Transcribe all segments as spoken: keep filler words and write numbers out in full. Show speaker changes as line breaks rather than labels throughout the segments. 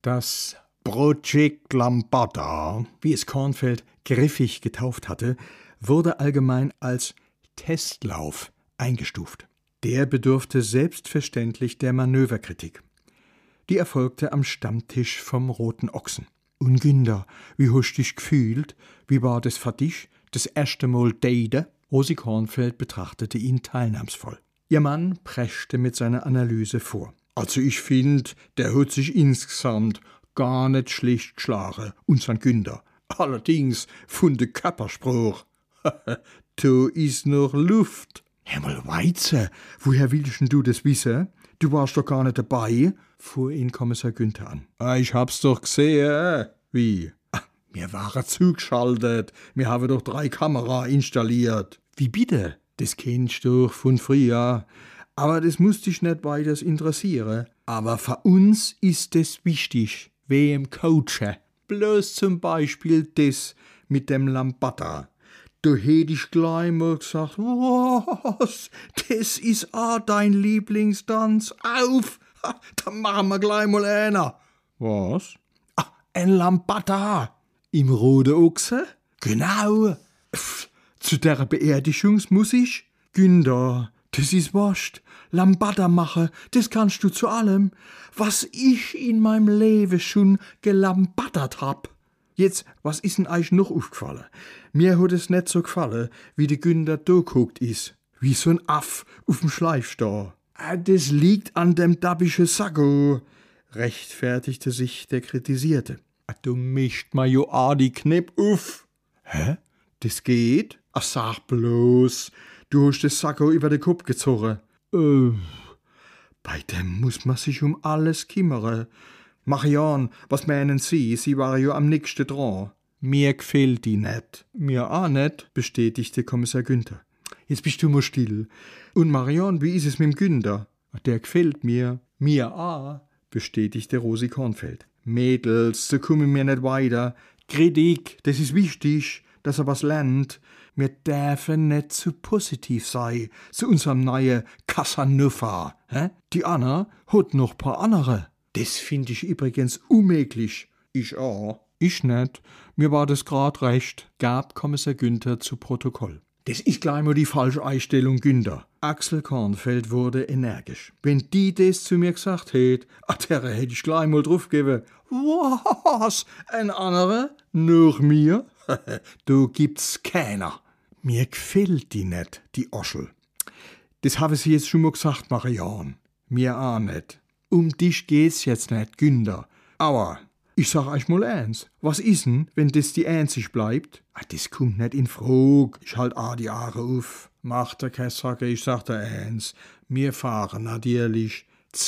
Das Projekt Lambada, wie es Kornfeld griffig getauft hatte, wurde allgemein als Testlauf eingestuft. Der bedurfte selbstverständlich der Manöverkritik. Die erfolgte am Stammtisch vom Roten Ochsen. Und Günder, wie hast dich gefühlt? Wie war das für dich, das erste Mal daten? Rosi Kornfeld betrachtete ihn teilnahmsvoll. Ihr Mann preschte mit seiner Analyse vor. Also ich find, der hat sich insgesamt gar nicht schlecht geschlagen, unseren Günder. Allerdings von de Körperspruch. Da is noch Luft. Himmel Weize, woher willst du das wissen? Du warst doch gar nicht dabei, fuhr ihn Kommissar Günther an. Ah, ich hab's doch gesehen. Wie? Ah, wir waren zugeschaltet. Wir haben doch drei Kameras installiert. Wie bitte? Das kennst du doch von früher. Aber das muss dich nicht weiter interessieren. Aber für uns ist das wichtig, wem coachen. Bloß zum Beispiel das mit dem Lambada. Da hätte ich gleich mal gesagt, was, das ist auch dein Lieblingstanz. Auf, ha, dann machen wir gleich mal einer. Was? Ah, ein Lambada. Im Roten Ochse? Genau. Pff, zu der Beerdigungsmusik? Günder, das ist wascht. Lambada machen, das kannst du zu allem, was ich in meinem Leben schon gelambaddert hab. Jetzt, was ist denn euch noch aufgefallen? Mir hat es nicht so gefallen, wie der Günder da guckt is, wie so ein Aff auf'm Schleifstor. Ah, das liegt an dem dabbischen Sakko, rechtfertigte sich der Kritisierte. Ah, du mischt ma jo a die Knepp auf. Hä? Das geht? Ach, sag bloß, du hast das Sakko über den Kopf gezogen. Äh, bei dem muss man sich um alles kümmern. Marianne, was meinen Sie? Sie war ja am nächsten dran. Mir gefällt die nicht. Mir auch nicht, bestätigte Kommissar Günther. Jetzt bist du mal still. Und Marianne, wie ist es mit dem Günther? Der gefällt mir. Mir auch, bestätigte Rosi Kornfeld. Mädels, so kommen wir nicht weiter. Kritik, das ist wichtig, dass er was lernt. Wir dürfen nicht zu positiv sein, zu unserem neuen Casanova. Hä? Die Anna hat noch paar andere. Das finde ich übrigens unmöglich. Ich auch. Ich nicht. Mir war das grad recht, gab Kommissar Günther zu Protokoll. Das ist gleich mal die falsche Einstellung, Günther. Axel Kornfeld wurde energisch. Wenn die das zu mir gesagt hätt, ach, der hätte ich gleich mal draufgegeben. Was? Ein anderer? Nach mir? Du gibt's keiner. Mir gefällt die nicht, die Oschel. Das habe sie jetzt schon mal gesagt, Marianne. Mir auch nicht. Um dich geht's jetzt nicht, Günther. Aber ich sag euch mal eins. Was ist denn, wenn das die einzig bleibt? Ah, das kommt nicht in Frage. Ich halt auch die Haare auf. Macht dir keine Sorge, ich sag dir eins. Wir fahren natürlich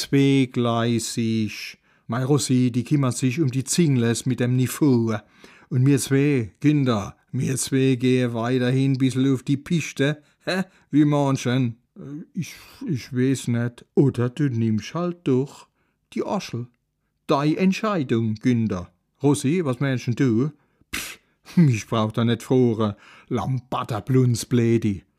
zweigleisig. Meine Rossi, die kümmert sich um die Zingles mit dem Niveau. Und wir zwei, Günther, wir zwei gehen weiterhin bissl auf die Piste. Hä? Wie manchen. Ich, ich weiß nicht. Oder du nimmst halt doch die Oschel. Deine Entscheidung, Günther. Rosi, was meinst du? Pff, mich braucht er nicht fragen. Lambada Blunsblädi.